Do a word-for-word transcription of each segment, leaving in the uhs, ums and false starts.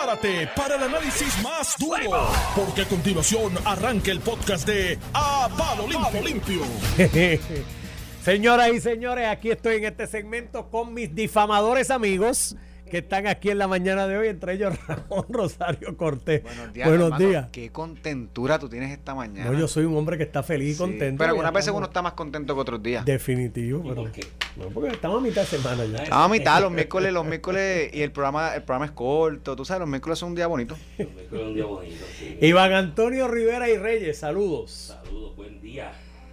Prepárate para el análisis más duro, porque a continuación arranca el podcast de A Palo Limpio. Señoras y señores, aquí estoy en este segmento con mis difamadores amigos que están aquí en la mañana de hoy, entre ellos Ramón Rosario Cortés. Buenos días, Buenos hermano. días. Qué contentura tú tienes esta mañana. No, yo soy un hombre que está feliz y Sí, contento. pero algunas veces estamos... uno está más contento que otros días. Definitivo. Pero... ¿Por qué? No, porque estamos a mitad de semana ya. Estamos a mitad, los miércoles, los miércoles y el programa, el programa es corto. Tú sabes, los miércoles son un día bonito. Los miércoles es un día bonito, sí. Iván Antonio Rivera y Reyes, saludos. Saludos, buen día.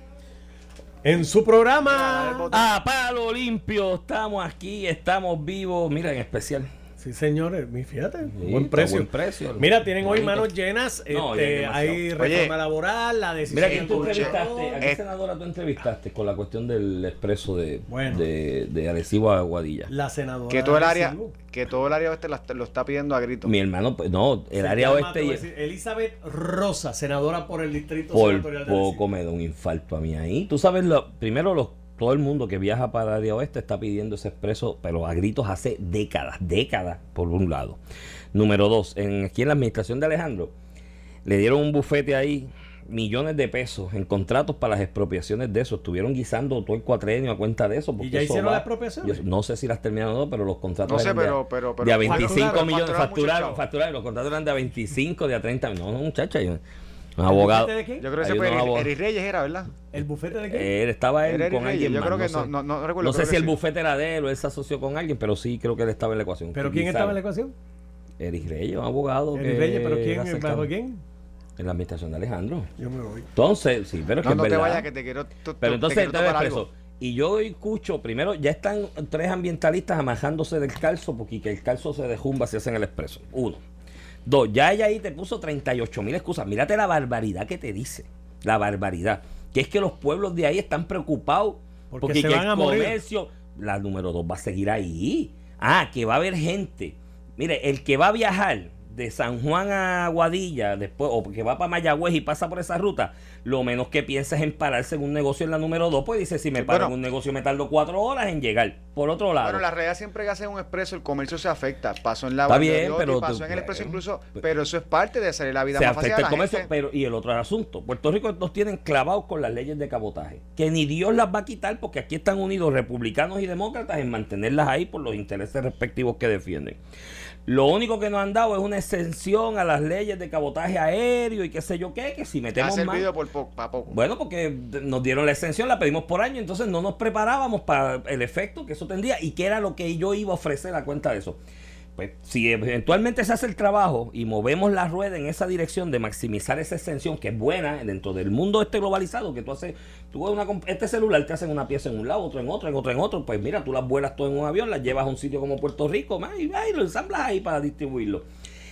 En su programa... A Palo Limpio, estamos aquí, estamos vivos. Mira, en especial. Sí, señores, mi- fíjate, Sí, buen está precio. buen precio. Mira, tienen hoy Bonito. manos llenas. No, este, ya es hay demasiado. reforma Oye, laboral, la decisión. Mira, ¿quién tú Escucha, entrevistaste? ¿A qué eh, senadora tú entrevistaste con la cuestión del expreso de, Bueno. de, de Arecibo a Aguadilla? La senadora. Que todo el de área, Arecibo. que todo el área oeste la- lo está pidiendo a gritos. Mi hermano, pues, no, el Se área llama, oeste te voy a y decir, Elizabeth Rosa, senadora por el distrito por senatorial de poco Arecibo. me da un infarto a mí ahí. Tú sabes, lo, primero los, todo el mundo que viaja para el área oeste está pidiendo ese expreso, pero a gritos hace décadas, décadas, por un lado. Número dos, en, aquí en la administración de Alejandro, le dieron un bufete ahí, millones de pesos en contratos para las expropiaciones de eso. Estuvieron guisando todo el cuatrienio a cuenta de eso. ¿Y porque ya eso hicieron va- las expropiaciones? yo no sé si las terminaron o no, pero los contratos No sé, eran de- pero, pero, pero de a veinticinco facturaron, millones, facturaron facturaron, mucho, facturaron, los contratos eran de a veinticinco, de a treinta. No, no, muchacha, yo, un ¿El abogado. bufete de qué? Yo creo que Hay ese fue unos Eri, abogados. Eri Reyes, era, ¿verdad? ¿El bufete de qué? Él estaba él Era Eri con Reyes. alguien Yo más, creo que no, no, sé. no, no, no recuerdo. No sé creo si que el sí. bufete era de él o él se asoció con alguien, pero sí creo que él estaba en la ecuación. ¿Pero quién Quizá- estaba en la ecuación? Eric Reyes, un abogado. Eric que Reyes, ¿pero era quién? cercano. ¿Bajo quién? En la administración de Alejandro. Yo me voy. Entonces, sí, pero es No, que no es te verdad. vayas, que te quiero. tú- Pero tú- entonces, te quiero entonces tocar expreso. algo. Y yo escucho, primero, ya están tres ambientalistas amajándose del calzo, porque que el calzo se derrumba si hacen el expreso. Uno. Dos, ya ella ahí te puso treinta y ocho mil excusas. Mírate la barbaridad que te dice. La barbaridad. Que es que los pueblos de ahí están preocupados Porque porque se que van el a morir. comercio, la número dos va a seguir ahí. Ah, que va a haber gente. Mire, el que va a viajar de San Juan a Aguadilla, después, o que va para Mayagüez y pasa por esa ruta, lo menos que piensa es en pararse en un negocio en la número dos, pues dice, si me Sí, paro bueno. en un negocio me tardo cuatro horas en llegar. Por otro lado, Bueno, la realidad siempre que hacen un expreso, el comercio se afecta. Pasó en la Está bien, Valdeoriotti, pero pasó tú- en el expreso bueno, incluso, pues- pero eso es parte de hacer la vida se más fácil a afecta el la comercio, gente. pero y el otro asunto, Puerto Rico nos tienen clavados con las leyes de cabotaje, que ni Dios las va a quitar porque aquí están unidos republicanos y demócratas en mantenerlas ahí por los intereses respectivos que defienden. Lo único que nos han dado es una exención a las leyes de cabotaje aéreo y qué sé yo qué, que si Ha metemos más... servido por poco, para poco. Bueno, porque nos dieron la exención, la pedimos por año, entonces no nos preparábamos para el efecto que eso tendría y qué era lo que yo iba a ofrecer a cuenta de eso. Pues si eventualmente se hace el trabajo y movemos la rueda en esa dirección de maximizar esa extensión, que es buena dentro del mundo este globalizado, que tú haces, tú una, este celular te hacen una pieza en un lado, otro en otro, en otro, en otro, pues mira, tú las vuelas todo en un avión, las llevas a un sitio como Puerto Rico, man, y, y lo ensamblas ahí para distribuirlo.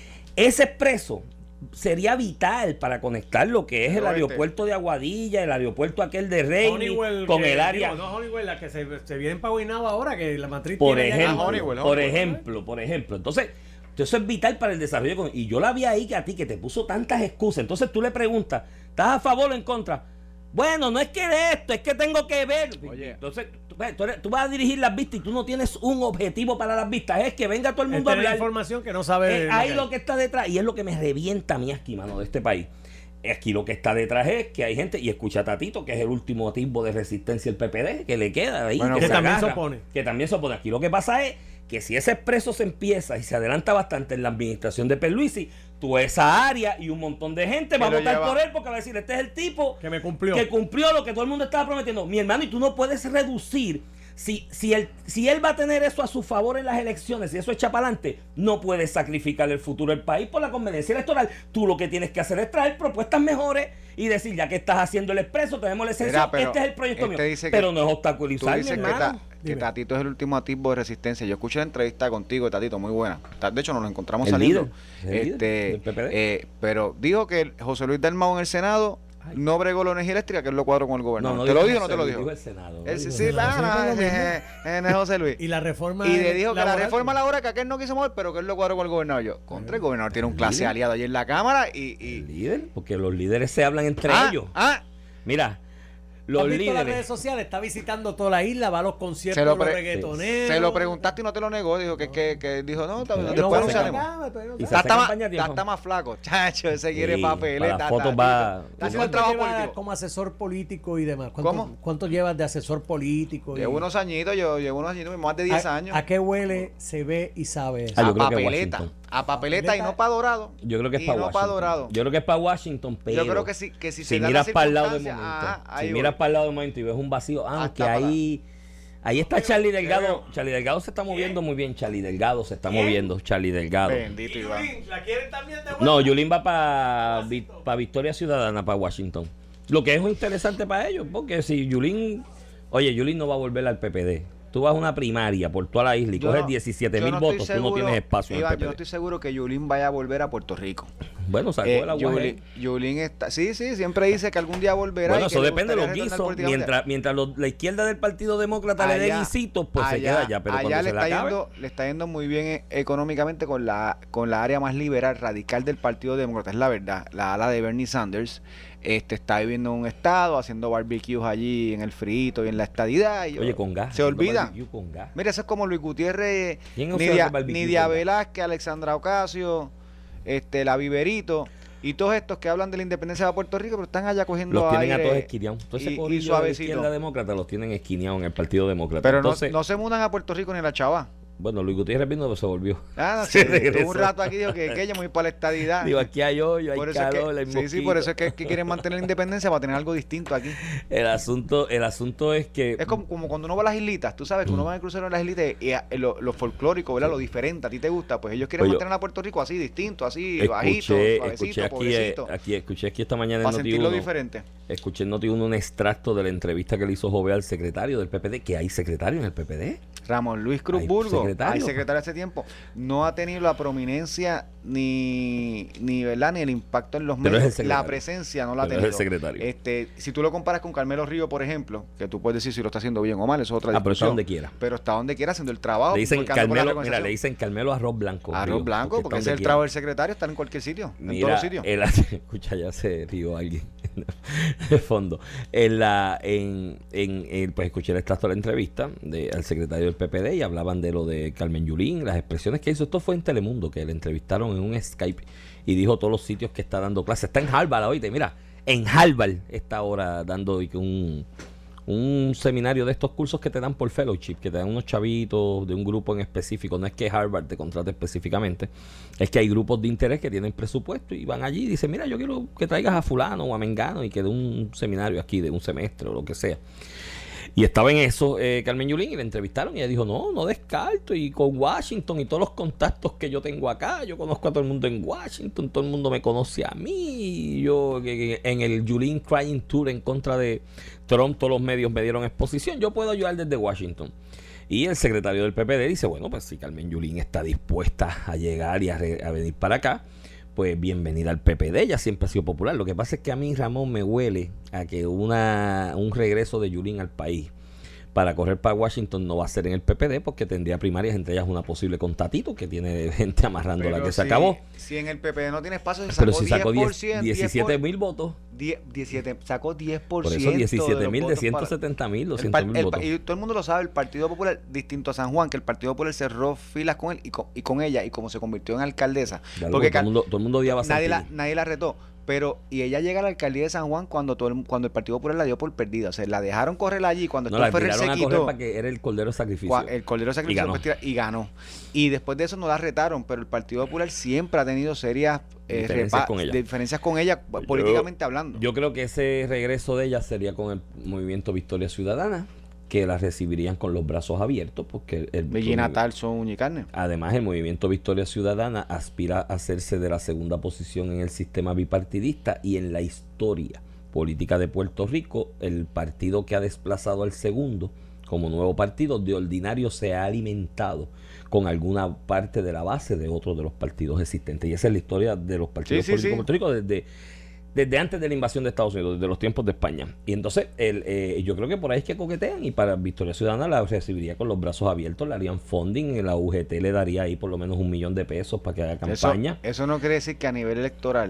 Ese expreso sería vital para conectar lo que es el Pero este- aeropuerto de Aguadilla, el aeropuerto aquel de Reini, Honeywell, con que- el área... digo, no Honeywell, la que se, se viene para Guaynabo ahora, que la matriz Por tiene allá en ejemplo, Honeywell, por Honeywell. ejemplo, por ejemplo. Entonces, eso es vital para el desarrollo. económico. Y yo la vi ahí que a ti, que te puso tantas excusas. Entonces tú le preguntas, ¿estás a favor o en contra? Bueno, no es que de esto, es que tengo que ver. Oye. Entonces, tú, tú eres- tú vas a dirigir las vistas y tú no tienes un objetivo para las vistas. Es que venga todo el Es mundo a tener hablar. información que no sabe. Eh, lo ahí que lo hay. que está detrás, y es lo que me revienta a mí aquí, mano, de este país. Aquí lo que está detrás es que hay gente, y escucha a Tatito, que es el último atisbo de resistencia del P P D, que le queda ahí. Bueno, que que se también se agarra, opone. Que también se opone. Aquí lo que pasa es que si ese expreso se empieza y se adelanta bastante en la administración de Pierluisi, tú esa área y un montón de gente va a lo votar lleva- por él porque va a decir, este es el tipo Que me cumplió. que cumplió lo que todo el mundo estaba prometiendo. Mi hermano, y tú no puedes reducir. Si, si, él, si él va a tener eso a su favor en las elecciones, si eso echa para adelante, no puedes sacrificar el futuro del país por la conveniencia electoral. Tú lo que tienes que hacer es traer propuestas mejores y decir, ya que estás haciendo el expreso, tenemos la esencia, Mira, pero este es el proyecto este mío. dice que- Pero no es Tú obstaculizar, mi dices que, hermano. ta- que Dime. Tatito es el último atisbo de resistencia. Yo escuché la entrevista contigo, Tatito, muy buena. Ta- De hecho, nos lo encontramos El saliendo. líder, el líder este, del P P D. eh, pero dijo que José Luis Dalmau en el Senado Ay. no bregó la energía eléctrica, que él lo cuadró con el gobernador. no ¿Te lo dijo dijo o no José te lo Luis, dijo? el Senado. Él no sí, dijo sí, José Luis. va, no, sí, es, fue lo es- es- es José Luis. Y la reforma. Y le dijo que la laboral, reforma laboral que aquel no quiso mover, pero que él lo cuadró con el gobernador. Yo, contra el gobernador tiene un clase Líder. aliado allí en la Cámara y... El y líder, porque los líderes se hablan entre ah, ellos. ah, Mira, los ¿Has visto líderes. las redes sociales? Está visitando toda la isla, va a los conciertos Se lo de los pre- reggaetoneros. Se lo preguntaste y no te lo negó. Dijo que, que, que dijo, no, está- No, después no voy a anunciaremos. sacar, pero no Y sé. se Está, hace está más, campaña a tiempo. está, está más flaco. Chacho, ese quiere Sí, papeleta. para las fotos tatito. va- Está haciendo el ¿Cuánto trabajo llevas político. como asesor político y demás? ¿Cuánto, ¿Cómo? ¿Cuánto llevas de asesor político? y- Llevo unos añitos, yo llevo unos añitos, más de diez ¿A, años. ¿A qué huele, se ve y sabe eso? Ah, yo a creo que papeleta. Washington. A papeleta y Papeleta. no para Dorado. Yo creo que es Y para no Washington. para Dorado. Yo creo que es para Washington, pero Yo creo que si, que si, si se da miras la para el lado de momento, circunstancia, ajá, ahí si voy. miras para el lado de momento y ves un vacío, aunque Hasta para- ahí ahí está Charlie Delgado. veo. Charlie Delgado se está moviendo muy bien. Charlie Delgado se está moviendo. Charlie Delgado. Bendito Iván. ¿La quieren también de vuelta? No, Yulín va para para Victoria Ciudadana, para Washington. Lo que es interesante para ellos, porque si Yulín, oye, Yulín no va a volver al P P D. Tú vas a una primaria por toda la isla y Yo coges no- diecisiete yo mil no estoy votos, tú no seguro, tienes espacio Iván, en el yo no P P D. estoy seguro que Yulín vaya a volver a Puerto Rico. Bueno, sacó Eh, el agua. Yulín, Yulín está, sí, sí, siempre dice que algún día volverá. Bueno, y que eso le depende de los gustaría retornar guisos. políticamente. Mientras, mientras los- la izquierda del Partido Demócrata le dé Allá- guisitos, pues se allá- queda allá. Pero allá cuando le se le está, acabe, yendo, le está yendo muy bien eh, económicamente con la con la área más liberal, radical del Partido Demócrata. Es la verdad. La ala de Bernie Sanders este está viviendo en un estado, haciendo barbecues allí en el frito y en la estadidad. Y, oye, con gas. Se haciendo olvida. barbecue con gas. Mira, eso es como Luis Gutiérrez, ¿Quién usa Nidia, el barbecue Nidia con gas? Velázquez, Alexandra Ocasio, este, la Viverito y todos estos que hablan de la independencia de Puerto Rico, pero están allá cogiendo Los tienen a aire todos esquineados. Todo ese y- y corillo de la suavecito. izquierda demócrata los tienen esquineados en el Partido Demócrata. Pero Entonces, no, no se mudan a Puerto Rico ni a la Chava. bueno, Luis Gutiérrez vino, pero se volvió. Ah, no, Se sí, regresó. tuvo un rato aquí, dijo que, que ella muy para la estadidad. Digo, aquí hay hoyo, hay Por eso es que- calor, hay sí, sí, mosquitos. por eso es que, que quieren mantener la independencia para tener algo distinto aquí. El asunto, el asunto es que... Es como, como cuando uno va a las islitas, tú sabes que uno va en el crucero en las islitas y eh, lo, lo folclórico, ¿verdad? Lo diferente, a ti te gusta, pues ellos quieren Pues yo- mantener a Puerto Rico así, distinto, así, bajito, Escuché, suavecito, escuché aquí, eh, pobrecito, aquí, escuché aquí esta mañana en para Noti sentirlo uno, diferente. escuché en Noti uno un extracto de la entrevista que le hizo Jove al secretario del P P D, que hay secretario en el P P D. Ramón Luis Cruz Hay Burgos, secretario. hay secretario hace tiempo, no ha tenido la prominencia ni, ni, ¿verdad? ni el impacto en los Pero es el medios, la secretario. presencia no la ha Pero es el tenido. secretario. Este, si tú lo comparas con Carmelo Río, por ejemplo, que tú puedes decir si lo está haciendo bien o mal, eso es otra Ah, pero está discusión. donde quiera. Pero está donde quiera haciendo el trabajo. Le dicen porque anda con la Carmelo, mira, organización. le dicen Carmelo Arroz Blanco. Arroz Río, blanco, porque está ese es el donde trabajo quiera. del secretario, estar en cualquier sitio, en Mira, todos los sitios. el- escucha, ya se rió alguien de fondo. En la, en, en, en- pues escuché el extracto de la entrevista de, al secretario del P P D y hablaban de lo de Carmen Yulín, las expresiones que hizo. Esto fue en Telemundo, que le entrevistaron en un Skype y dijo todos los sitios que está dando clases. Está en Harvard, oíste, mira, en Harvard está ahora dando y que un, un seminario de estos cursos que te dan por fellowship, que te dan unos chavitos de un grupo en específico. No es que Harvard te contrate específicamente, es que hay grupos de interés que tienen presupuesto y van allí y dicen, mira, yo quiero que traigas a fulano o a mengano y que dé un seminario aquí de un semestre o lo que sea. Y estaba en eso eh, Carmen Yulín y la entrevistaron y ella dijo, no, no descarto, y con Washington y todos los contactos que yo tengo acá, yo conozco a todo el mundo en Washington, todo el mundo me conoce a mí, yo que- que en el Yulín Crying Tour en contra de Trump, todos los medios me dieron exposición, yo puedo ayudar desde Washington. Y el secretario del P P D dice, bueno, pues si Carmen Yulín está dispuesta a llegar y a, re- a venir para acá, pues bienvenida al P P D, ella siempre ha sido popular. Lo que pasa es que a mí, Ramón, me huele a que una un regreso de Yulín al país para correr para Washington no va a ser en el P P D, porque tendría primarias, entre ellas una posible con Tatito, que tiene gente amarrando la Pero que se si- acabó. Si en el P P D no tiene espacio, se Pero sacó si sacó diez por ciento, diecisiete mil votos, diez, diecisiete, sacó diez por por ciento. eso diecisiete mil de los votos ciento para- setenta mil, el doscientos par- mil el votos. pa- y todo el mundo lo sabe, el Partido Popular, distinto a San Juan, que el Partido Popular cerró filas con él y con, y con ella, y como se convirtió en alcaldesa. De algo, Porque todo, el ca- mundo, todo el mundo odiaba a nadie, la, Santini. nadie la retó. Pero, y ella llega a la alcaldía de San Juan cuando todo el, cuando el Partido Popular la dio por perdida. O sea, la dejaron correr allí cuando No, Héctor la Ferrer tiraron se a correr quitó. para que era el cordero de sacrificio. Cua- El Cordero de Sacrificio Y ganó. fue tira- y ganó. Y después de eso no la retaron, pero el Partido Popular siempre ha tenido serias eh, Diferencias repa- con ella. diferencias con ella, Yo- políticamente hablando. Yo creo que ese regreso de ella sería con el movimiento Victoria Ciudadana, que la recibirían con los brazos abiertos, porque el, el- Bellí Natal son uña y carne. además el movimiento Victoria Ciudadana aspira a hacerse de la segunda posición en el sistema bipartidista y en la historia política de Puerto Rico. El partido que ha desplazado al segundo como nuevo partido de ordinario se ha alimentado con alguna parte de la base de otros de los partidos existentes, y esa es la historia de los partidos Sí, sí, políticos sí. de Puerto Rico desde desde antes de la invasión de Estados Unidos, desde los tiempos de España. Y entonces el, eh, yo creo que por ahí es que coquetean, y para Victoria Ciudadana la recibiría con los brazos abiertos, le harían funding, la U G T le daría ahí por lo menos un millón de pesos para que haga Eso, campaña. eso no quiere decir que a nivel electoral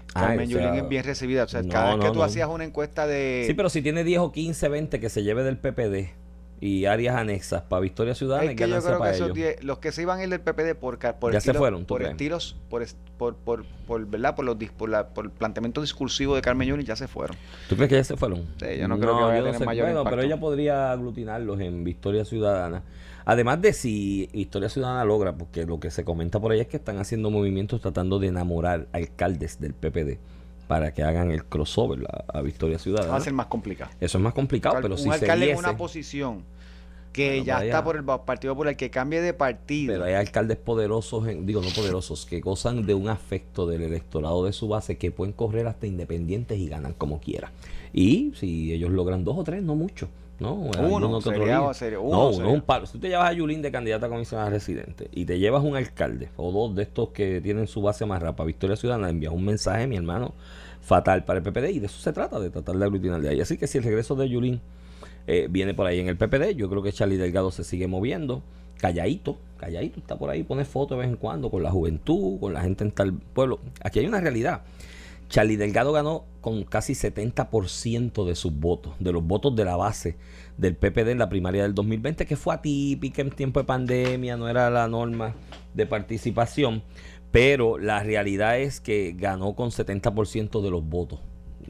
Carmen o sea, Yulín es bien recibida. O sea, no, cada vez no, que tú no. hacías una encuesta de... Sí, pero si tiene diez o quince, veinte que se lleve del P P D y áreas anexas para Victoria Ciudadana, Es que yo ganancia creo que para esos ellos. diez, los que se iban a ir del P P D por, ca- por Ya se estilos, fueron, ¿tú por crees? estilos, por, es- por, por, por, ¿verdad? Por los dis- por, la- por el planteamiento discursivo de Carmen Yulín ya se fueron. ¿Tú crees que ya se fueron? Sí, yo no creo que vaya a yo no tener sé. mayor Bueno, impacto. pero ella podría aglutinarlos en Victoria Ciudadana. Además de si Victoria Ciudadana logra, porque lo que se comenta por ahí es que están haciendo movimientos tratando de enamorar alcaldes del P P D para que hagan el crossover a, a Victoria Ciudadana. Va a ser más complicado. Eso es más complicado, Cal- pero un si se alcalde en diese, una posición que Bueno, ya vaya. está por el ba- Partido Popular, que cambie de partido. pero hay alcaldes poderosos, en- digo no poderosos, que gozan de un afecto del electorado de su base que pueden correr hasta independientes y ganan como quiera. Y si ellos logran dos o tres, no mucho. No, Uno, que otro sería- líder. sería- no, uno uno sería. es un palo. Si tú te llevas a Yulín de candidata a comisionada residente y te llevas un alcalde o dos de estos que tienen su base más rapa, Victoria Ciudadana, envías un mensaje, mi hermano, fatal para el P P D, y de eso se trata, de tratar de aglutinar de ahí. Así que si el regreso de Yulín eh, viene por ahí en el P P D, yo creo que Charlie Delgado se sigue moviendo, calladito, calladito, está por ahí, pone fotos de vez en cuando con la juventud, con la gente en tal pueblo. Aquí hay una realidad. Charlie Delgado ganó con casi setenta por ciento de sus votos, de los votos de la base del P P D en la primaria del dos mil veinte, que fue atípica en tiempo de pandemia, no era la norma de participación, pero la realidad es que ganó con setenta por ciento de los votos.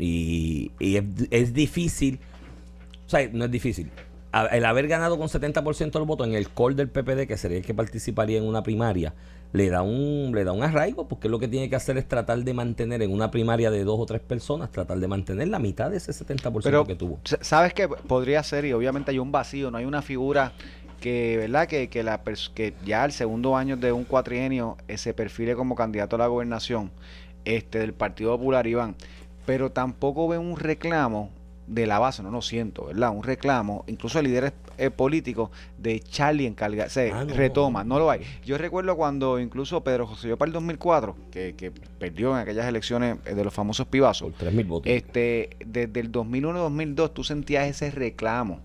Y, y es, es difícil, o sea, no es difícil. A- El haber ganado con setenta por ciento de los votos en el core del P P D, que sería el que participaría en una primaria, le da un le da un arraigo, porque lo que tiene que hacer es tratar de mantener en una primaria de dos o tres personas, tratar de mantener la mitad de ese setenta por ciento Pero que tuvo. s- sabes que podría ser, y obviamente hay un vacío, no hay una figura que, ¿verdad? Que, que, la pers- que ya al segundo año de un cuatrienio eh, se perfile como candidato a la gobernación este del Partido Popular, Iván, pero tampoco veo un reclamo de la base, no lo siento, ¿verdad? Un reclamo, incluso líderes eh, políticos, de Charlie encarga, se Ah, no, retoma, no. no lo hay. Yo recuerdo cuando incluso Pedro José para el dos mil cuatro, que, que perdió en aquellas elecciones eh, de los famosos pibazos, Por tres mil votos. este, desde el dos mil uno dos mil dos tú sentías ese reclamo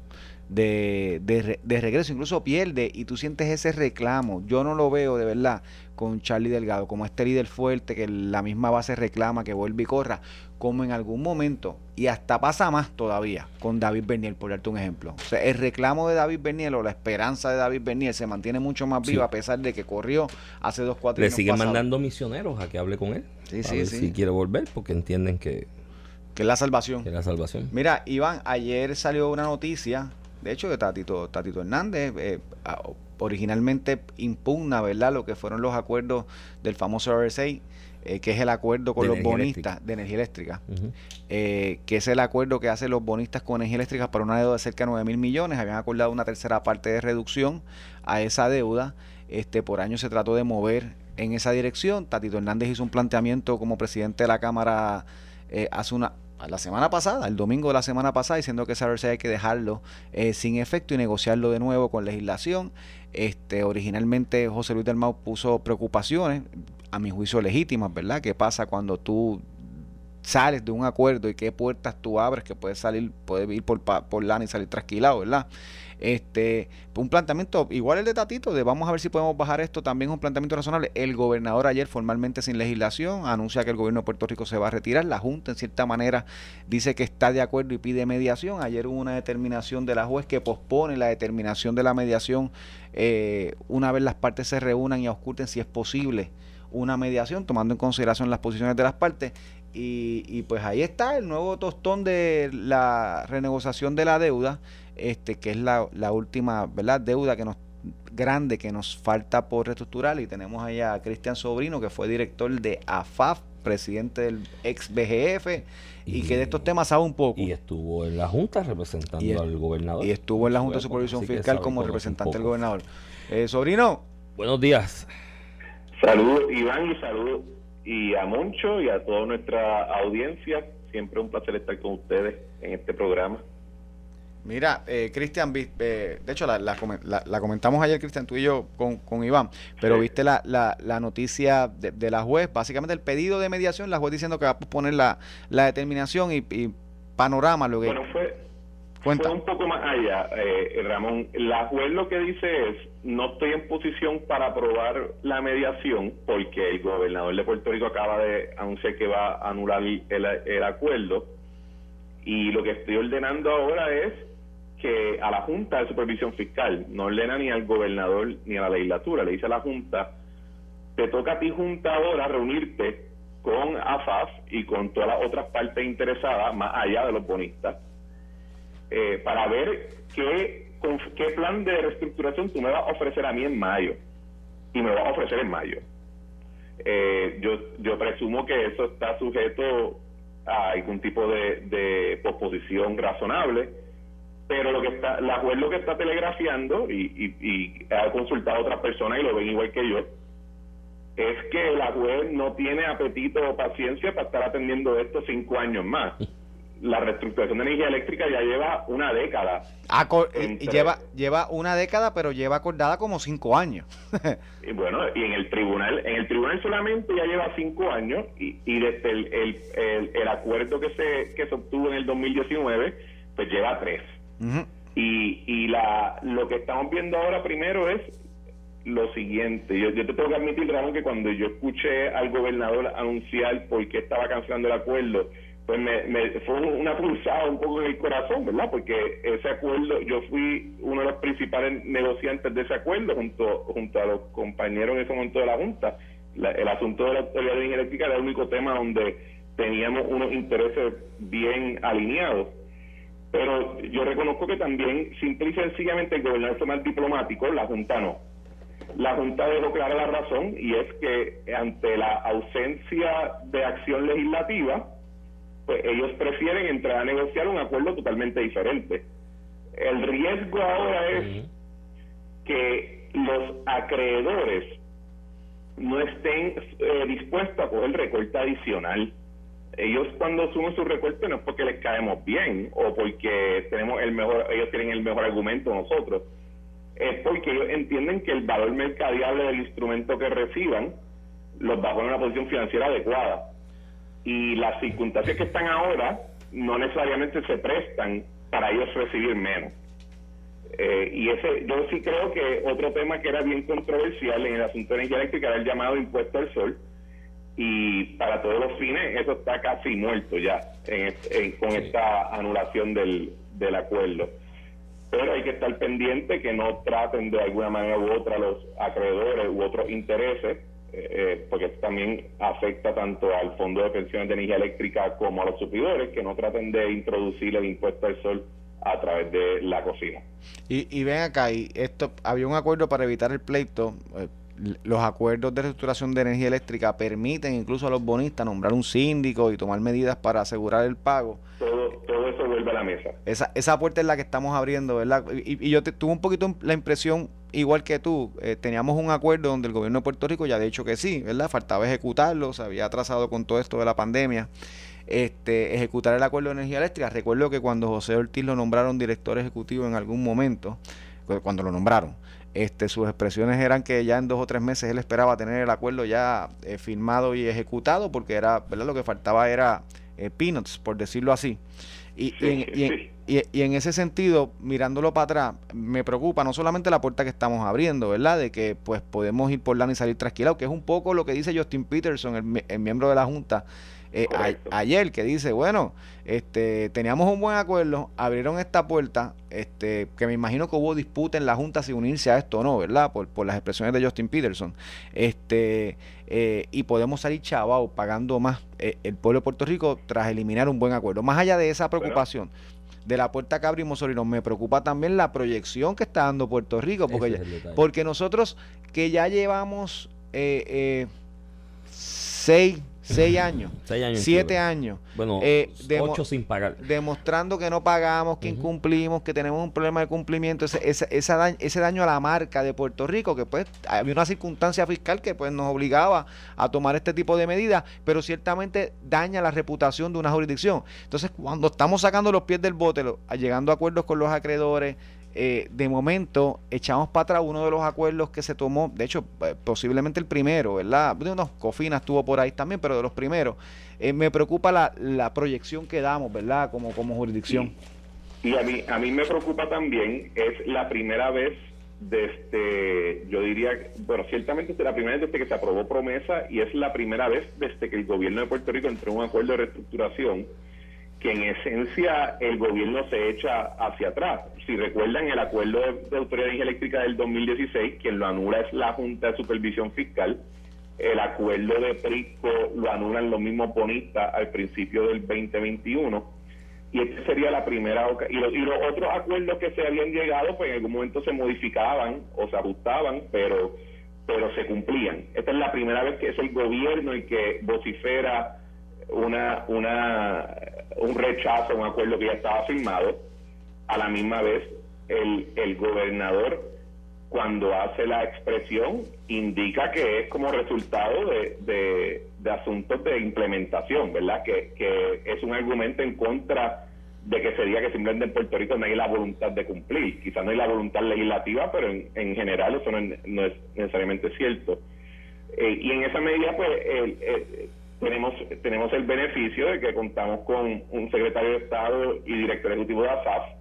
de, de, re- de regreso, incluso pierde y tú sientes ese reclamo. Yo no lo veo de verdad con Charlie Delgado como este líder fuerte que la misma base reclama que vuelve y corra, como en algún momento, y hasta pasa más todavía con David Bernier, por darte un ejemplo. O sea, el reclamo de David Bernier o la esperanza de David Bernier se mantiene mucho más viva, Sí. a pesar de que corrió hace dos, cuatro Le años siguen pasados. mandando misioneros a que hable con él. Sí, a sí, ver sí. si quiere volver, porque entienden que, Que es la salvación. que es la salvación. Mira, Iván, ayer salió una noticia, de hecho, que Tatito, Tatito Hernández eh, a- originalmente impugna, ¿verdad?, lo que fueron los acuerdos del famoso R S A, eh, que es el acuerdo con De los energía bonistas eléctrica. de energía eléctrica, Ujú. eh, que es el acuerdo que hacen los bonistas con energía eléctrica para una deuda de cerca de nueve mil millones. Habían acordado una tercera parte de reducción a esa deuda. Este, por año se trató de mover en esa dirección. Tatito Hernández hizo un planteamiento como presidente de la Cámara eh, hace una la semana pasada, el domingo de la semana pasada, diciendo que ese R S A hay que dejarlo eh, sin efecto y negociarlo de nuevo con legislación. Este, originalmente José Luis Dalmau puso preocupaciones, a mi juicio legítimas, ¿verdad? ¿Qué pasa cuando tú sales de un acuerdo y qué puertas tú abres, que puedes salir, puedes ir por, pa- por lana y salir trasquilado, ¿verdad? Este, un planteamiento igual el de Tatito, de vamos a ver si podemos bajar esto, también es un planteamiento razonable. El gobernador ayer, formalmente sin legislación, anuncia que el gobierno de Puerto Rico se va a retirar. La Junta, en cierta manera, dice que está de acuerdo y pide mediación. Ayer hubo una determinación de la juez que pospone la determinación de la mediación eh, una vez las partes se reúnan y ausculten si es posible una mediación, tomando en consideración las posiciones de las partes. Y, y pues ahí está el nuevo tostón de la renegociación de la deuda, este que es la, la última, ¿verdad?, deuda que nos grande que nos falta por reestructurar. Y tenemos allá a Cristian Sobrino, que fue director de A F A F, presidente del ex B G F, y, Y- que de estos temas sabe un poco. Y estuvo en la Junta representando Y es- al gobernador. Y estuvo en la Junta de Así Supervisión que Fiscal sabe, como conoce un representante del poco. gobernador. Eh, Sobrino, Buenos días. Saludos, Iván, y saludos y a Moncho y a toda nuestra audiencia. Siempre un placer estar con ustedes en este programa. mira, eh, Cristian, vi- eh, de hecho la, la, comen- la- la comentamos ayer, Cristian, tú y yo con, con Iván, pero Sí. viste la, la, la noticia de, de la juez, básicamente el pedido de mediación, la juez diciendo que va a posponer la, la determinación y, y panorama, lo que... Bueno, fue Cuenta. Fue un poco más allá, eh, Ramón. La juez lo que dice es, no estoy en posición para aprobar la mediación porque el gobernador de Puerto Rico acaba de anunciar que va a anular el, el acuerdo, y lo que estoy ordenando ahora es que a la Junta de Supervisión Fiscal, no ordena ni al gobernador ni a la legislatura, le dice a la Junta, te toca a ti, Junta, ahora reunirte con A F A F y con todas las otras partes interesadas, más allá de los bonistas, eh, para ver qué, con, qué plan de reestructuración tú me vas a ofrecer a mí en mayo, y me vas a ofrecer en mayo. Eh, yo, yo presumo que eso está sujeto a algún tipo de, de posposición razonable, pero lo que está, la juez lo que está telegrafiando, y, y, y ha consultado a otras personas y lo ven igual que yo, es que la juez no tiene apetito o paciencia para estar atendiendo esto cinco años más. La reestructuración de energía eléctrica ya lleva una década. Acor entre, lleva lleva una década, pero lleva acordada como cinco años. Y bueno, y en el tribunal, en el tribunal solamente ya lleva cinco años, y, y desde el, el, el, el acuerdo que se que se obtuvo en el dos mil diecinueve, pues lleva tres. Uh-huh. Y, y la lo que estamos viendo ahora primero es lo siguiente. Yo, yo te tengo que admitir, Ramón, que cuando yo escuché al gobernador anunciar por qué estaba cancelando el acuerdo, pues me, me fue una pulsada un poco en el corazón, ¿verdad? Porque ese acuerdo, yo fui uno de los principales negociantes de ese acuerdo junto junto a los compañeros en ese momento de la Junta. La, el asunto de la Autoridad de Energía Eléctrica era el único tema donde teníamos unos intereses bien alineados. Pero yo reconozco que también, simple y sencillamente, el gobernador fue más diplomático, la Junta no. La Junta dejó clara la razón, y es que ante la ausencia de acción legislativa, pues ellos prefieren entrar a negociar un acuerdo totalmente diferente. El riesgo ahora es que los acreedores no estén eh, dispuestos a coger recorte adicional. Ellos, cuando sumen su recorte, no es porque les caemos bien o porque tenemos el mejor, ellos tienen el mejor argumento nosotros, es porque ellos entienden que el valor mercadiable del instrumento que reciban los va a poner en una posición financiera adecuada, y las circunstancias que están ahora no necesariamente se prestan para ellos recibir menos. Eh, y ese, yo sí creo que otro tema que era bien controversial en el asunto de energía eléctrica era el llamado impuesto al sol, y para todos los fines eso está casi muerto ya en, en, con sí. esta anulación del, del acuerdo. Pero hay que estar pendiente que no traten de alguna manera u otra los acreedores u otros intereses, eh, porque esto también afecta tanto al Fondo de Pensiones de Energía Eléctrica como a los suplidores, que no traten de introducir el impuesto al sol a través de la cocina. Y, y ven acá, y esto había un acuerdo para evitar el pleito. Eh, los acuerdos de reestructuración de energía eléctrica permiten incluso a los bonistas nombrar un síndico y tomar medidas para asegurar el pago. Todo, todo eso vuelve a la mesa. Esa, esa puerta es la que estamos abriendo, ¿verdad? Y, y yo te, tuve un poquito la impresión, igual que tú, eh, teníamos un acuerdo donde el gobierno de Puerto Rico ya ha dicho que sí, ¿verdad? Faltaba ejecutarlo, se había atrasado con todo esto de la pandemia. Este, ejecutar el acuerdo de energía eléctrica. Recuerdo que cuando José Ortiz lo nombraron director ejecutivo en algún momento, cuando lo nombraron, este, sus expresiones eran que ya en dos o tres meses él esperaba tener el acuerdo ya eh, firmado y ejecutado, porque era, ¿verdad? Lo que faltaba era eh, peanuts, por decirlo así. Y, sí, y, en, y, en, y, y en ese sentido, mirándolo para atrás, me preocupa no solamente la puerta que estamos abriendo, ¿verdad? De que pues podemos ir por lana y salir trasquilados, que es un poco lo que dice Justin Peterson, el, el miembro de la Junta, Eh, a, ayer, que dice, bueno, este teníamos un buen acuerdo, abrieron esta puerta, este que me imagino que hubo disputa en la Junta si unirse a esto o no, ¿verdad? Por, por las expresiones de Justin Peterson, este eh, y podemos salir chavados pagando más eh, el pueblo de Puerto Rico tras eliminar un buen acuerdo. Más allá de esa preocupación bueno. de la puerta que abrimos, Solino, me preocupa también la proyección que está dando Puerto Rico, porque, ya, porque nosotros que ya llevamos eh, eh, seis Seis años, Seis años siete años. Bueno, eh, ocho sin pagar. Demostrando que no pagamos, que uh-huh. incumplimos, que tenemos un problema de cumplimiento. Ese, ese, esa daño, ese daño a la marca de Puerto Rico, que pues había una circunstancia fiscal que pues nos obligaba a tomar este tipo de medidas, pero ciertamente daña la reputación de una jurisdicción. Entonces, cuando estamos sacando los pies del bote, lo, llegando a acuerdos con los acreedores, Eh, de momento echamos para atrás uno de los acuerdos que se tomó, de hecho eh, posiblemente el primero, ¿verdad? Bueno, Cofina estuvo por ahí también, pero de los primeros. Eh, me preocupa la, la proyección que damos, ¿verdad? Como, como jurisdicción. Y a mí, a mí me preocupa también, es la primera vez desde, yo diría, bueno, ciertamente es la primera vez desde que se aprobó Promesa y es la primera vez desde que el gobierno de Puerto Rico entró en un acuerdo de reestructuración que en esencia el gobierno se echa hacia atrás. Si recuerdan el acuerdo de, de Autoridad de Energía Eléctrica del dos mil dieciséis, quien lo anula es la Junta de Supervisión Fiscal. El acuerdo de Prisco lo anulan los mismos bonistas al principio del veinte veintiuno. Y esta sería la primera ocasión. Y, lo, y los otros acuerdos que se habían llegado, pues en algún momento se modificaban o se ajustaban, pero pero se cumplían. Esta es la primera vez que es el gobierno el que vocifera una una un rechazo a un acuerdo que ya estaba firmado. A la misma vez, el, el gobernador, cuando hace la expresión, indica que es como resultado de, de, de asuntos de implementación, ¿verdad? Que, que es un argumento en contra de que se diga que simplemente en Puerto Rico no hay la voluntad de cumplir. Quizás no hay la voluntad legislativa, pero en, en general eso no es, no es necesariamente cierto. Eh, y en esa medida, pues, el, el, tenemos tenemos el beneficio de que contamos con un secretario de Estado y director ejecutivo de A S A F,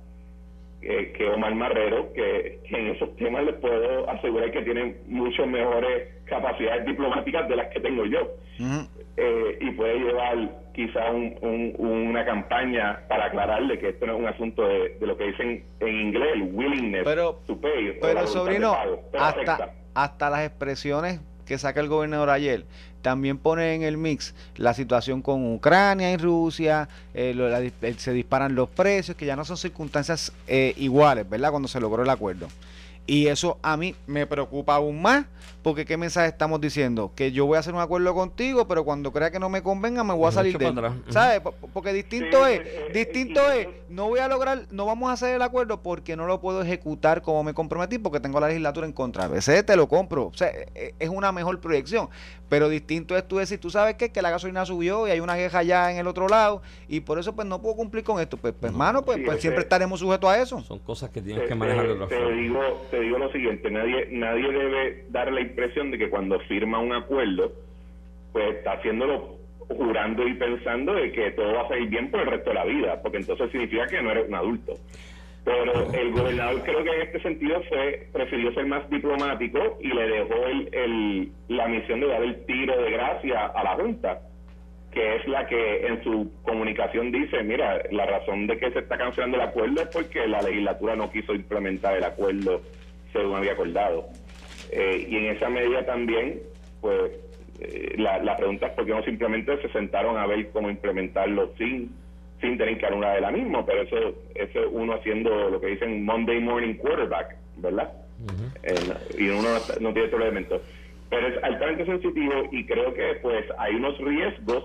Eh, que Omar Marrero, que, que en esos temas les puedo asegurar que tienen muchas mejores capacidades diplomáticas de las que tengo yo. Uh-huh. eh, y puede llevar quizá un, un, una campaña para aclararle que esto no es un asunto de, de lo que dicen en inglés, el willingness pero, to pay. Pero, sobrino, pero hasta, hasta las expresiones que saca el gobernador ayer también pone en el mix la situación con Ucrania y Rusia, eh, lo, la, se disparan los precios, que ya no son circunstancias eh, iguales, ¿verdad? Cuando se logró el acuerdo. Y eso a mí me preocupa aún más, porque ¿qué mensaje estamos diciendo? Que yo voy a hacer un acuerdo contigo, pero cuando crea que no me convenga me voy a salir de él, ¿sabes? Porque distinto sí, es, eh, distinto eh, es, no voy a lograr, no vamos a hacer el acuerdo porque no lo puedo ejecutar como me comprometí, porque tengo la legislatura en contra. A veces te lo compro, o sea, es una mejor proyección, pero distinto es tú decir, tú sabes qué, que la gasolina subió y hay una queja allá en el otro lado, y por eso pues no puedo cumplir con esto. Pues, pues hermano, pues, sí, pues siempre estaremos sujetos a eso. Son cosas que tienes te, que manejar de otra forma. Te digo, te digo lo siguiente, nadie nadie debe dar la impresión de que cuando firma un acuerdo, pues está haciéndolo jurando y pensando de que todo va a salir bien por el resto de la vida, porque entonces significa que no eres un adulto. Pero el gobernador creo que en este sentido fue prefirió ser más diplomático y le dejó el, el, la misión de dar el tiro de gracia a la Junta, que es la que en su comunicación dice, mira, la razón de que se está cancelando el acuerdo es porque la legislatura no quiso implementar el acuerdo según había acordado. Eh, y en esa medida también, pues, eh, la, la pregunta es por qué no simplemente se sentaron a ver cómo implementarlo sin sin tener que anular de la misma, pero eso eso uno haciendo lo que dicen Monday morning quarterback, ¿verdad? Uh-huh. eh, y uno no, no tiene todos los elementos. Pero es altamente sensitivo y creo que pues hay unos riesgos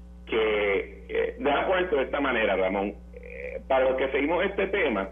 que, eh, déjame ponerte de esta manera, Ramón, eh, para los que seguimos este tema,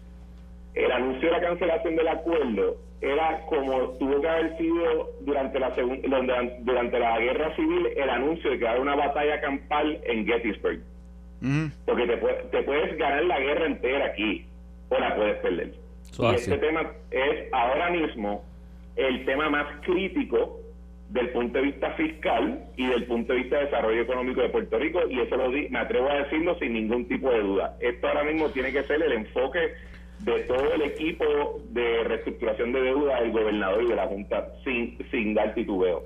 el anuncio de la cancelación del acuerdo era como tuvo que haber sido durante la segun, durante la guerra civil el anuncio de que haber una batalla campal en Gettysburg. Mm. Porque te, te puedes ganar la guerra entera aquí o la puedes perder. So, y así. Este tema es ahora mismo el tema más crítico del punto de vista fiscal y del punto de vista de desarrollo económico de Puerto Rico, y eso lo di, me atrevo a decirlo sin ningún tipo de duda. Esto ahora mismo tiene que ser el enfoque de todo el equipo de reestructuración de deuda del gobernador y de la Junta, sin, sin dar titubeo.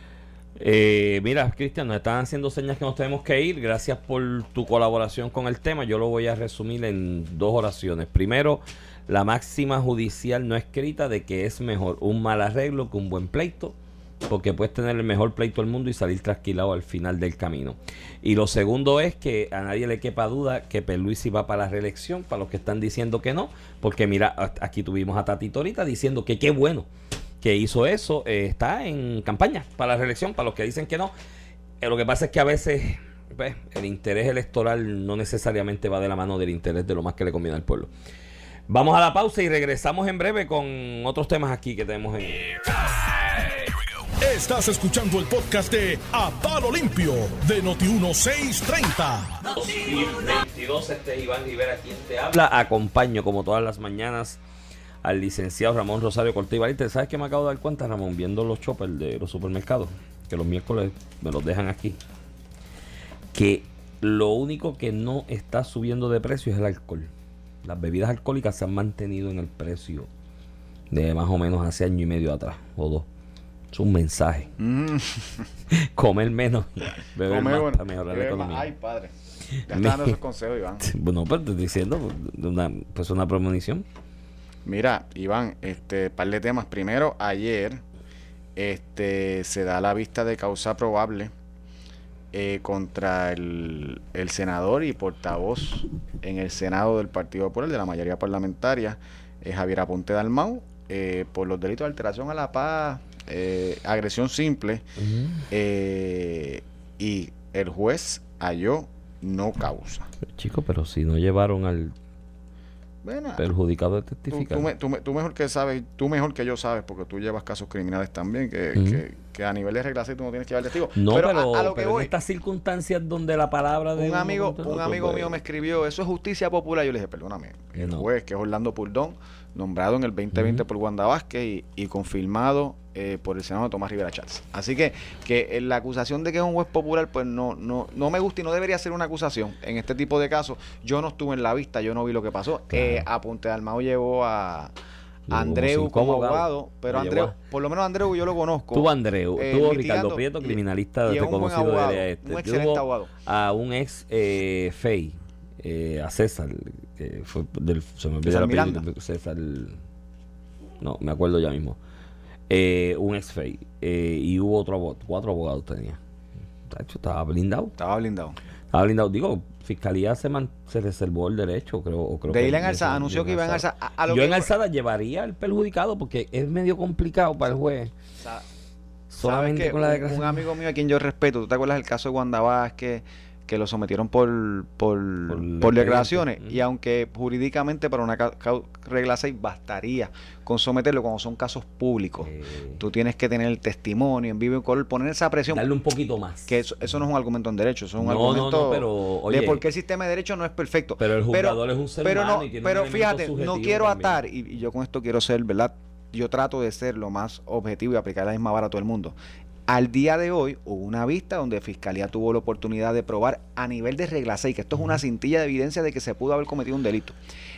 Eh, mira, Cristian, nos están haciendo señas que nos tenemos que ir. Gracias por tu colaboración con el tema. Yo lo voy a resumir en dos oraciones. Primero, la máxima judicial no escrita de que es mejor un mal arreglo que un buen pleito, porque puedes tener el mejor pleito del mundo y salir trasquilado al final del camino. Y lo segundo es que a nadie le quepa duda que Pierluisi va para la reelección, para los que están diciendo que no, porque mira, aquí tuvimos a Tatito ahorita diciendo que qué bueno que hizo eso, eh, está en campaña para la reelección, para los que dicen que no. Eh, lo que pasa es que a veces pues, el interés electoral no necesariamente va de la mano del interés de lo más que le conviene al pueblo. Vamos a la pausa y regresamos en breve con otros temas aquí que tenemos en... Estás escuchando el podcast de A Palo Limpio de Noti uno seiscientos treinta. dos mil veintidós, este es Iván Rivera quien te habla. Acompaño como todas las mañanas al licenciado Ramón Rosario Cortés. ¿Sabes qué me acabo de dar cuenta, Ramón? Viendo los choppers de los supermercados, que los miércoles me los dejan aquí, que lo único que no está subiendo de precio es el alcohol. las bebidas alcohólicas se han mantenido en el precio de más o menos hace año y medio atrás, o dos. Es un mensaje. Mm. Comer menos y beber Comer, más bueno, para mejorar la beber economía. más. Ay, padre. Ya está dando esos consejos, Iván. Bueno, pero te estoy diciendo, una, pues una premonición. Mira, Iván, este, par de temas. Primero, ayer este, se da la vista de causa probable eh, contra el, el senador y portavoz en el Senado del Partido Popular, de la mayoría parlamentaria, eh, Javier Aponte Dalmau, eh, por los delitos de alteración a la paz, eh, agresión simple, Uh-huh. eh, y el juez halló no causa. Chicos, pero si no llevaron al Bueno, perjudicado de tú, testificar. tú, me- tú me- tú mejor que sabes, tú mejor que yo sabes, porque tú llevas casos criminales también, que, Ujú. que, que a nivel de regla seis tú no tienes que llevar testigo. No, pero, a, a lo que pero en voy, estas circunstancias donde la palabra de un uno amigo, contra el un otro, amigo pues, mío me escribió, eso es justicia popular. Yo le dije, perdóname, el No. juez, que es Orlando Purdón, nombrado en el veinte veinte Ujú. por Wanda Vázquez y, y confirmado eh, por el senador Tomás Rivera Chávez. Así que, que eh, la acusación de que es un juez popular, pues no, no, no me gusta y no debería ser una acusación. En este tipo de casos, yo no estuve en la vista, yo no vi lo que pasó. Claro. Eh, Aponte Dalmau llevó a Llevó Andreu como como cinco abogados. abogado, pero Lo Andreu, llevó. por lo menos Andreu yo lo conozco. Tuvo Andreu, eh, tuvo litigando, Ricardo Prieto, y- criminalista y es un buen reconocido abogado, del área este. un excelente Tuvo abogado. a un ex eh, F E I, eh, a César, que fue del, se me olvidó César el apellido, Miranda. César, no, me acuerdo ya mismo. Eh, un ex F E I, eh, y hubo otro abogado, cuatro abogados tenía. Tacho, estaba blindado, Estaba blindado. estaba blindado. Digo, Fiscalía se, man, se reservó el derecho, creo. O creo De que ir en eso- alzada, anunció yo que iba en alzada. A- a lo Yo que- en alzada llevaría al perjudicado porque es medio complicado para el juez. Sa- Solamente ¿Sabes qué? con la Un- declaración. Un amigo mío a quien yo respeto, ¿tú te acuerdas del caso de Wanda Vázquez? Que lo sometieron por, por, Por por el declaraciones. expediente. Y aunque jurídicamente para una ca- ca- regla seis bastaría con someterlo cuando son casos públicos, Eh, tú tienes que tener el testimonio en vivo y en color, poner esa presión. darle un poquito más. Que eso, eso no es un argumento en derecho, eso es un No, no, argumento no, pero, oye, de por qué el sistema de derecho no es perfecto. pero el juzgador es un ser pero humano no, y tiene un pero elemento fíjate, no subjetivo quiero también. atar, y, y yo con esto quiero ser, ¿verdad? Yo trato de ser lo más objetivo y aplicar la misma vara a todo el mundo. Al día de hoy hubo una vista donde Fiscalía tuvo la oportunidad de probar a nivel de regla seis, que esto es una cintilla de evidencia de que se pudo haber cometido un delito,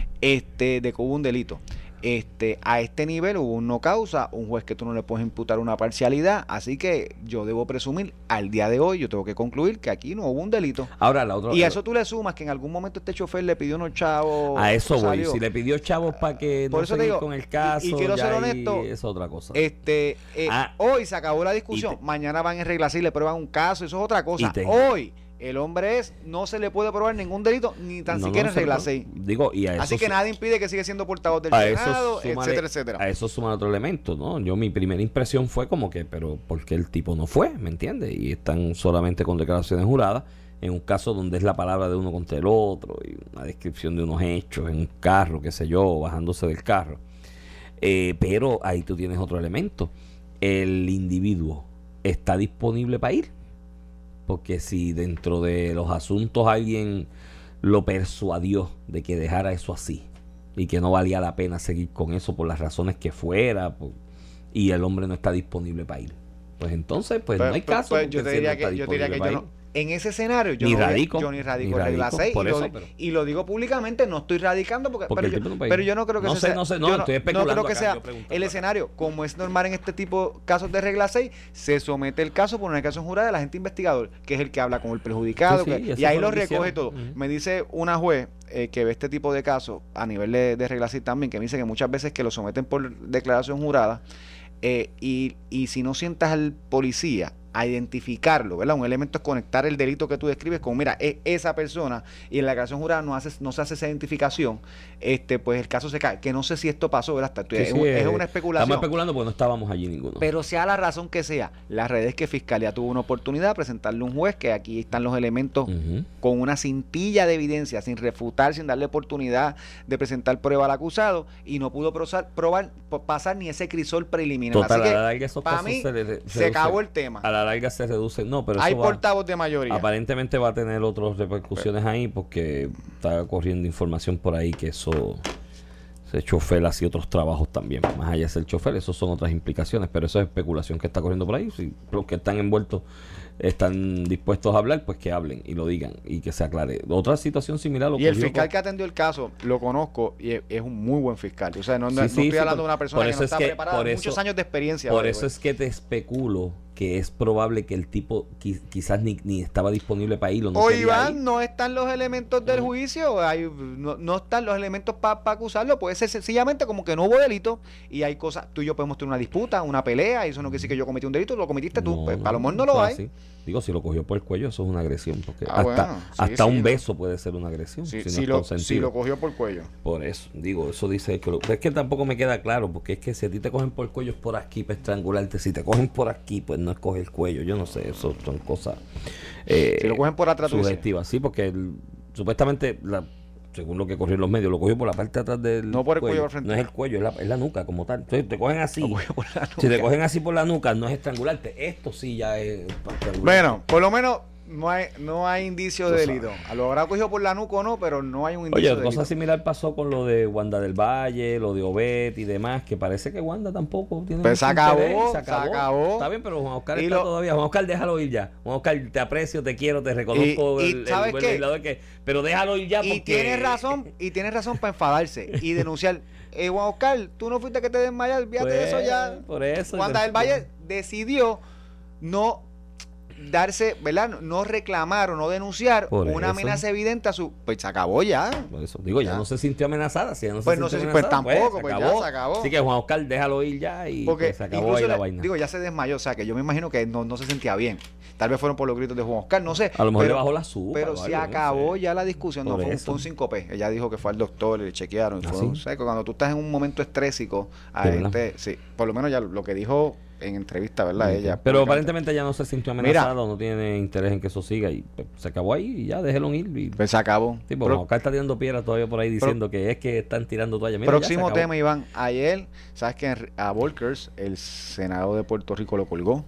este, de que hubo un delito. Este, a este nivel hubo un no causa, un juez que tú no le puedes imputar una parcialidad, así que yo debo presumir, al día de hoy yo tengo que concluir que aquí no hubo un delito. Ahora, la otra. Y a eso tú le sumas que en algún momento este chofer le pidió unos chavos. a eso voy. salió. Si le pidió chavos para que Por no eso te seguir digo, con el y- caso, y quiero ya ser ahí honesto, es otra cosa. Este, eh, Ah. hoy se acabó la discusión, Y te- mañana van en regla seis y le prueban un caso, eso es otra cosa. Y te- Hoy el hombre es, no se le puede probar ningún delito, ni tan No, siquiera no, en regla se- seis. Digo, y a eso Así que su- nada impide que siga siendo portavoz del a eso Senado, súmale- etcétera, etcétera. A eso suma otro elemento, ¿no? Yo, mi primera impresión fue como que, pero ¿por qué el tipo no fue? ¿Me entiendes? Y están solamente con declaraciones juradas en un caso donde es la palabra de uno contra el otro y una descripción de unos hechos en un carro, qué sé yo, bajándose del carro. Eh, pero ahí tú tienes otro elemento. El individuo está disponible para ir. Porque si dentro de los asuntos alguien lo persuadió de que dejara eso así y que no valía la pena seguir con eso por las razones que fuera por- y el hombre no está disponible para ir, pues entonces pues Pues- no hay pues- caso. pues porque yo te si él no diría está que, yo te diría que disponible yo para no, en ese escenario yo Ni no, voy- radico, yo ni radico ni en regla radico, seis por y, lo, eso, di- pero- y lo digo públicamente, no estoy radicando porque, Porque pero, el yo, tipo no puede pero ir. yo no creo que No ese sé, sea, no sé, yo no, estoy especulando no creo que acá, sea yo pregunto, el claro. escenario, como es normal en este tipo casos de regla seis, se somete el caso por una declaración jurada del agente investigador, que es el que habla con el perjudicado, Sí, sí, que- eso y ahí fue lo lo que recoge hicieron. todo. Ujú. Me dice una juez eh, que ve este tipo de casos a nivel de, de regla seis también, que me dice que muchas veces que lo someten por declaración jurada, eh, y, y si no sientas al policía a identificarlo, ¿verdad? Un elemento es conectar el delito que tú describes con, mira, es esa persona, y en la declaración jurada no, hace, no se hace esa identificación, este pues el caso se cae. Que no sé si esto pasó, ¿verdad? Sí, es, sí, un- eh, es una especulación. Estamos especulando porque no estábamos allí ninguno. Pero sea la razón que sea, la red es que Fiscalía tuvo una oportunidad de presentarle a un juez, que aquí están los elementos Ujú. con una cintilla de evidencia, sin refutar, sin darle oportunidad de presentar prueba al acusado, y no pudo prosar- probar, po- pasar ni ese crisol preliminar. Total, Así a que, la larga esos para casos mí, se, re- se, reducen. acabó el tema. A la larga se reducen. No, pero Hay eso va- portavoz de mayoría. aparentemente va a tener otras repercusiones ahí porque está corriendo información por ahí que eso ese chofer hacía otros trabajos también, más allá de ser chofer, eso son otras implicaciones, pero eso es especulación que está corriendo por ahí. Si los que están envueltos están dispuestos a hablar, pues que hablen y lo digan y que se aclare. Otra situación similar lo y el ocurrió fiscal con- que atendió el caso lo conozco y es, es un muy buen fiscal, o sea, no, no, Sí, no sí, estoy sí, hablando por- de una persona por que eso no es está que- preparada, por muchos eso- años de experiencia. Por by the eso way. es que te especulo que es probable que el tipo qui- quizás ni, ni estaba disponible para ir o no O quería Iván, ir. no están los elementos del Ujú. juicio, hay, no, no están los elementos para acusarlo, puede ser sencillamente como que no hubo delito y hay cosas, tú y yo podemos tener una disputa, una pelea, y eso no quiere decir que yo cometí un delito, lo cometiste tú, No, pues, no, a lo mejor no eso lo es hay. así. Digo, si lo cogió por el cuello, eso es una agresión. Porque Ah, hasta bueno, sí, hasta sí, un no. beso puede ser una agresión. Si, si, si no es lo, consentido. si lo cogió por cuello. Por eso, digo, eso dice que lo, es que tampoco me queda claro, porque es que si a ti te cogen por el cuello es por aquí para estrangularte, si te cogen por aquí, pues no es coger el cuello, yo no sé, eso son cosas eh, Si lo cogen por atrás, tú dices. subjetivas, sí, porque el- supuestamente, la, según lo que corrió en los medios, lo cogió por la parte de atrás del No por el cuello al frente. no es el cuello, es la, es la nuca como tal, entonces te cogen así, Lo cogió por la si te nuca. cogen así por la nuca, no es estrangularte, esto sí ya es para estrangularte. Bueno, por lo menos no hay, no hay indicios de Tú delito. A lo habrá cogido por la nuca o no, pero no hay un indicio Oye, de cosa delito. similar pasó con lo de Wanda del Valle, lo de Obed y demás, que parece que Wanda tampoco tiene Pues se mucho acabó, interés, se acabó. Está bien, pero Juan Oscar Y está lo- todavía. Juan Oscar, déjalo ir ya. Juan Oscar, te aprecio, te quiero, te reconozco Y- y el, el ¿sabes buen qué? legislador que, pero déjalo ir ya porque... Y tienes razón, y tienes razón para enfadarse y denunciar. Eh, Juan Oscar, tú no fuiste que te desmayas, fíjate de eso ya. Por eso. Wanda del Valle decidió no darse, ¿verdad? No reclamar o no denunciar Por una eso. amenaza evidente a su... Pues se acabó ya. Por eso digo, ya, Ya. no se sintió amenazada. Si ya no se Pues no sintió sé si- pues amenazada, tampoco, se pues ya acabó. se acabó. Así que Juan Oscar, déjalo ir ya y Porque pues, se acabó incluso ahí la le- vaina. digo, ya se desmayó, o sea que yo me imagino que no, no se sentía bien. Tal vez fueron por los gritos de Juan Oscar, no sé. A lo mejor pero, le bajó la azúcar Pero o se algo, no acabó sé. ya la discusión, no Por fue un, eso. fue un síncope. Ella dijo que fue al doctor, le chequearon. ¿Ah, Fue sí? un seco. Cuando tú estás en un momento estrésico, a ¿De verdad? este, sí, por lo menos ya lo que dijo en entrevista, ¿verdad? Ok. Ella. Pero públicamente. aparentemente ya no se sintió Mira. amenazada o no tiene interés en que eso siga y pues, se acabó ahí y ya déjelo ir. Y, Pues se acabó. tipo, Pro- Juan Oscar está tirando piedras todavía por ahí diciendo que es que están tirando toallas. Mira, ya se próximo acabó. tema, Iván. Ayer, ¿sabes que a Volkers, el Senado de Puerto Rico, lo colgó?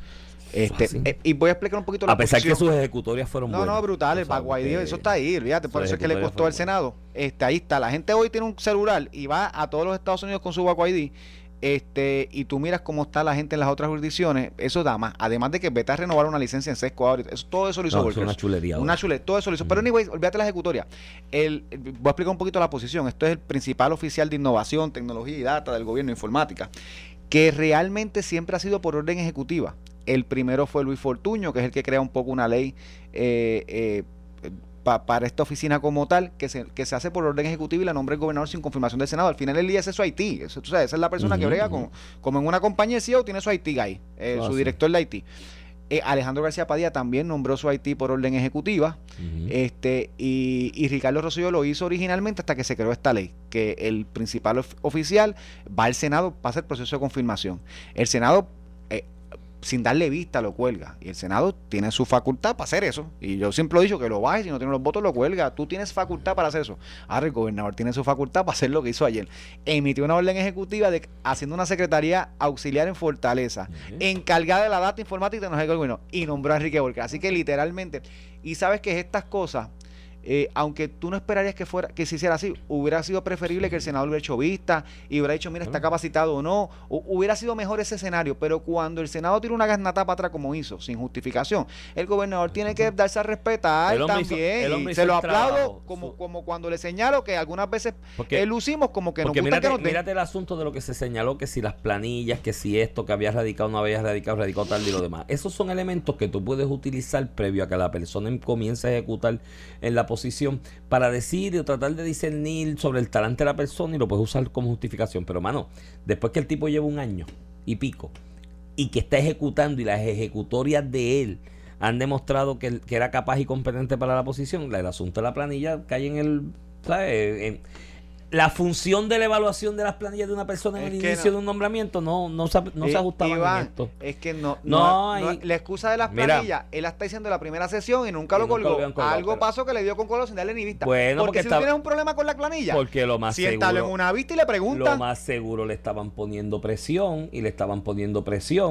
Este, Ah, sí. eh, y voy a explicar un poquito la A pesar que posición. sus ejecutorias fueron No, buenas. no, brutal, el Tú sabes, Baguaidí, porque eso está ahí, olvídate, por sus eso es que le ejecutorias costó al fueron Senado. Este, ahí está, la gente hoy tiene un celular y va a todos los Estados Unidos con su Baguaidí, este, y tú miras cómo está la gente en las otras jurisdiccionnes, eso da más, además de que vete a renovar una licencia en Sesco ahora, eso, todo eso lo hizo No, es Volkers. una chulería Una ahora. chulería, todo eso lo hizo. Pero anyways, olvídate la ejecutoria. El, el- voy a explicar un poquito la posición. Esto es el principal oficial de innovación, tecnología y data del gobierno informática, que realmente siempre ha sido por orden ejecutiva. El primero fue Luis Fortuño, que es el que crea un poco una ley eh, eh, pa- para esta oficina como tal, que se, que se hace por orden ejecutivo y la nombra el gobernador sin confirmación del Senado. Al final del día es su I T. Eso, tú sabes, esa es la persona que Ujú, brega ujú. con, como en una compañía de C E O, tiene su I T guy, eh, Ah, su sí. director de I T. Eh, Alejandro García Padilla también nombró su I T por orden ejecutiva. Ujú. Este, y, y Ricardo Rosselló lo hizo originalmente hasta que se creó esta ley, que el principal of- oficial va al Senado para hacer el proceso de confirmación. El Senado, eh, sin darle vista, lo cuelga. Y el Senado tiene su facultad para hacer eso. Y yo siempre he dicho que lo baje, si no tiene los votos, lo cuelga. Tú tienes facultad para hacer eso. Ahora el gobernador tiene su facultad para hacer lo que hizo ayer. Emitió una orden ejecutiva de haciendo una secretaría auxiliar en Fortaleza, Ujú. encargada de la data informática y tecnología del gobierno, y nombró a Enrique Volker. Así que literalmente, y sabes que estas cosas, eh, aunque tú no esperarías que fuera que se hiciera así, hubiera sido preferible que el senador hubiera hecho vista y hubiera dicho, mira, está capacitado o no, o hubiera sido mejor ese escenario. Pero cuando el Senado tira una gasnata para atrás como hizo, sin justificación, el gobernador tiene que darse a respetar El hombre hizo- también. el Y hombre se hizo lo el aplaudo trabajo. como, Su- como cuando le señalo que algunas veces Porque- eh, lucimos como que nos Porque gusta mírate, que nos den. mírate el asunto de lo que se señaló, que si las planillas, que si esto, que había radicado, no había radicado, radicado tal y lo demás. Esos son elementos que tú puedes utilizar previo a que la persona comience a ejecutar en la posición para decir o tratar de discernir sobre el talante de la persona y lo puedes usar como justificación. Pero, mano, después que el tipo lleva un año y pico y que está ejecutando y las ejecutorias de él han demostrado que, él- que era capaz y competente para la posición, la- el asunto de la planilla cae en el... ¿sabes? En, la función de la evaluación de las planillas de una persona en Es el que inicio no- de un nombramiento no, no, se, no se Eh, ajustaba Iván, en esto. es que no, No, no, no- hay- la excusa de las Mira. planillas, él la está diciendo en la primera sesión y nunca Y lo nunca lo colgó. habían colgado, Algo pero- pasó que le dio con color sin darle ni vista. Bueno, porque, porque si estaba- tú tienes un problema con la planilla, Porque lo más siéntalo seguro... en una vista y le Lo preguntan. más seguro le estaban poniendo presión y le estaban poniendo presión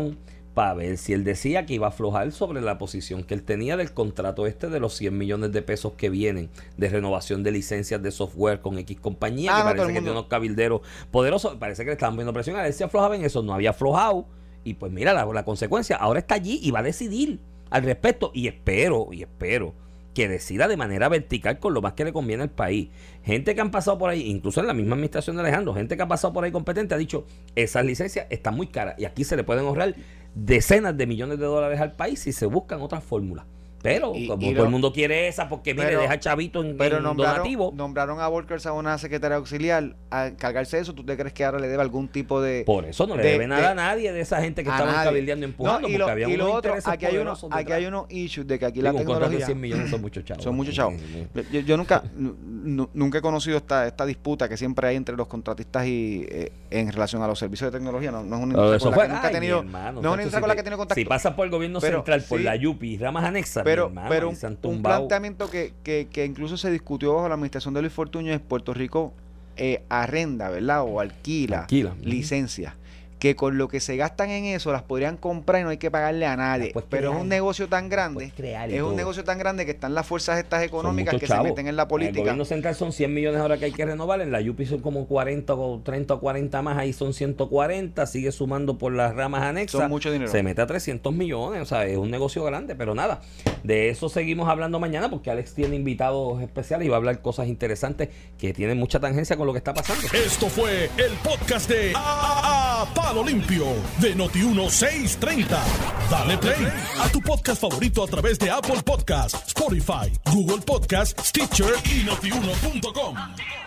para ver si él decía que iba a aflojar sobre la posición que él tenía del contrato este de los cien millones de pesos que vienen de renovación de licencias de software con X compañía, ah, que no, parece que tiene unos cabilderos poderosos, parece que le estaban poniendo presión, a ver si aflojaba en eso, no había aflojado, y pues mira la, la consecuencia, ahora está allí y va a decidir al respecto, y espero, y espero que decida de manera vertical con lo más que le conviene al país. Gente que han pasado por ahí, incluso en la misma administración de Alejandro, gente que ha pasado por ahí competente ha dicho, esas licencias están muy caras y aquí se le pueden ahorrar decenas de millones de dólares al país si se buscan otras fórmulas. Pero y, como y todo lo, el mundo quiere esa porque mire, pero, deja chavito en, pero en nombraron, donativo. Nombraron a Volkers a una secretaria auxiliar a cargarse de eso. ¿Tú te crees que ahora le debe algún tipo de... Por eso no le de, debe nada de, a nadie de esa gente que estaban cabildeando y empujando, no, y lo, porque había y unos lo otro, intereses aquí hay, unos, aquí hay unos issues de que aquí Digo, la tecnología... de cien millones son muchos chavos. Son muchos chavos. Yo, yo nunca nunca he conocido esta esta disputa que siempre hay entre los contratistas y eh, en relación a los servicios de tecnología. No, no es una industria con la que nunca ha tenido... Hermano, no es una industria con la que tiene contacto. Si pasa por el gobierno pero, central, por sí, la Yupi, ramas anexas, pero, hermano, pero un, un planteamiento Que, que, que incluso se discutió bajo la administración de Luis Fortuño es Puerto Rico eh, arrenda, ¿verdad? O alquila, alquila. licencias. Que con lo que se gastan en eso las podrían comprar y no hay que pagarle a nadie. Pero es un negocio tan grande, es un negocio tan grande que están las fuerzas estas económicas que chavos. se meten en la política. En el gobierno central son cien millones ahora que hay que renovar, en la Yupi son como cuarenta o treinta o cuarenta más, ahí son ciento cuarenta, sigue sumando por las ramas anexas. Son mucho dinero. Se mete a trescientos millones, o sea, es un negocio grande, pero nada, de eso seguimos hablando mañana porque Alex tiene invitados especiales y va a hablar cosas interesantes que tienen mucha tangencia con lo que está pasando. Esto fue el podcast de A, A, A Palo Limpio de Noti uno seiscientos treinta. Dale play a tu podcast favorito a través de Apple Podcasts, Spotify, Google Podcasts, Stitcher y notiuno punto com.